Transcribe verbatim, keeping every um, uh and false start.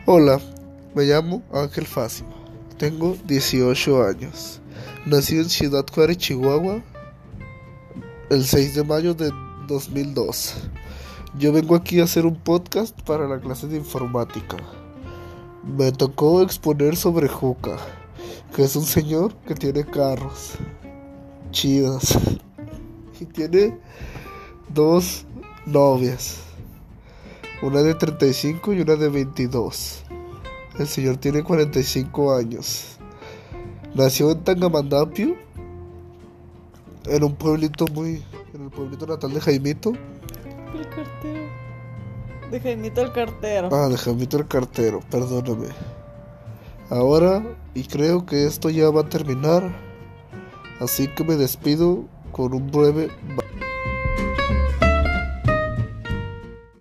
Hola, me llamo Ángel Fácima, tengo dieciocho años, nací en Ciudad Juárez, Chihuahua, el seis de mayo de dos mil dos. Yo vengo aquí a hacer un podcast para la clase de informática. Me tocó exponer sobre Juca, que es un señor que tiene carros chidos y tiene dos novias, una de treinta y cinco y una de veintidós. El señor tiene cuarenta y cinco años. Nació en Tangamandapio, en un pueblito muy... en el pueblito natal de Jaimito. El cartero. De Jaimito el cartero. Ah, de Jaimito el cartero, perdóname. Ahora, y creo que esto ya va a terminar, así que me despido con un breve...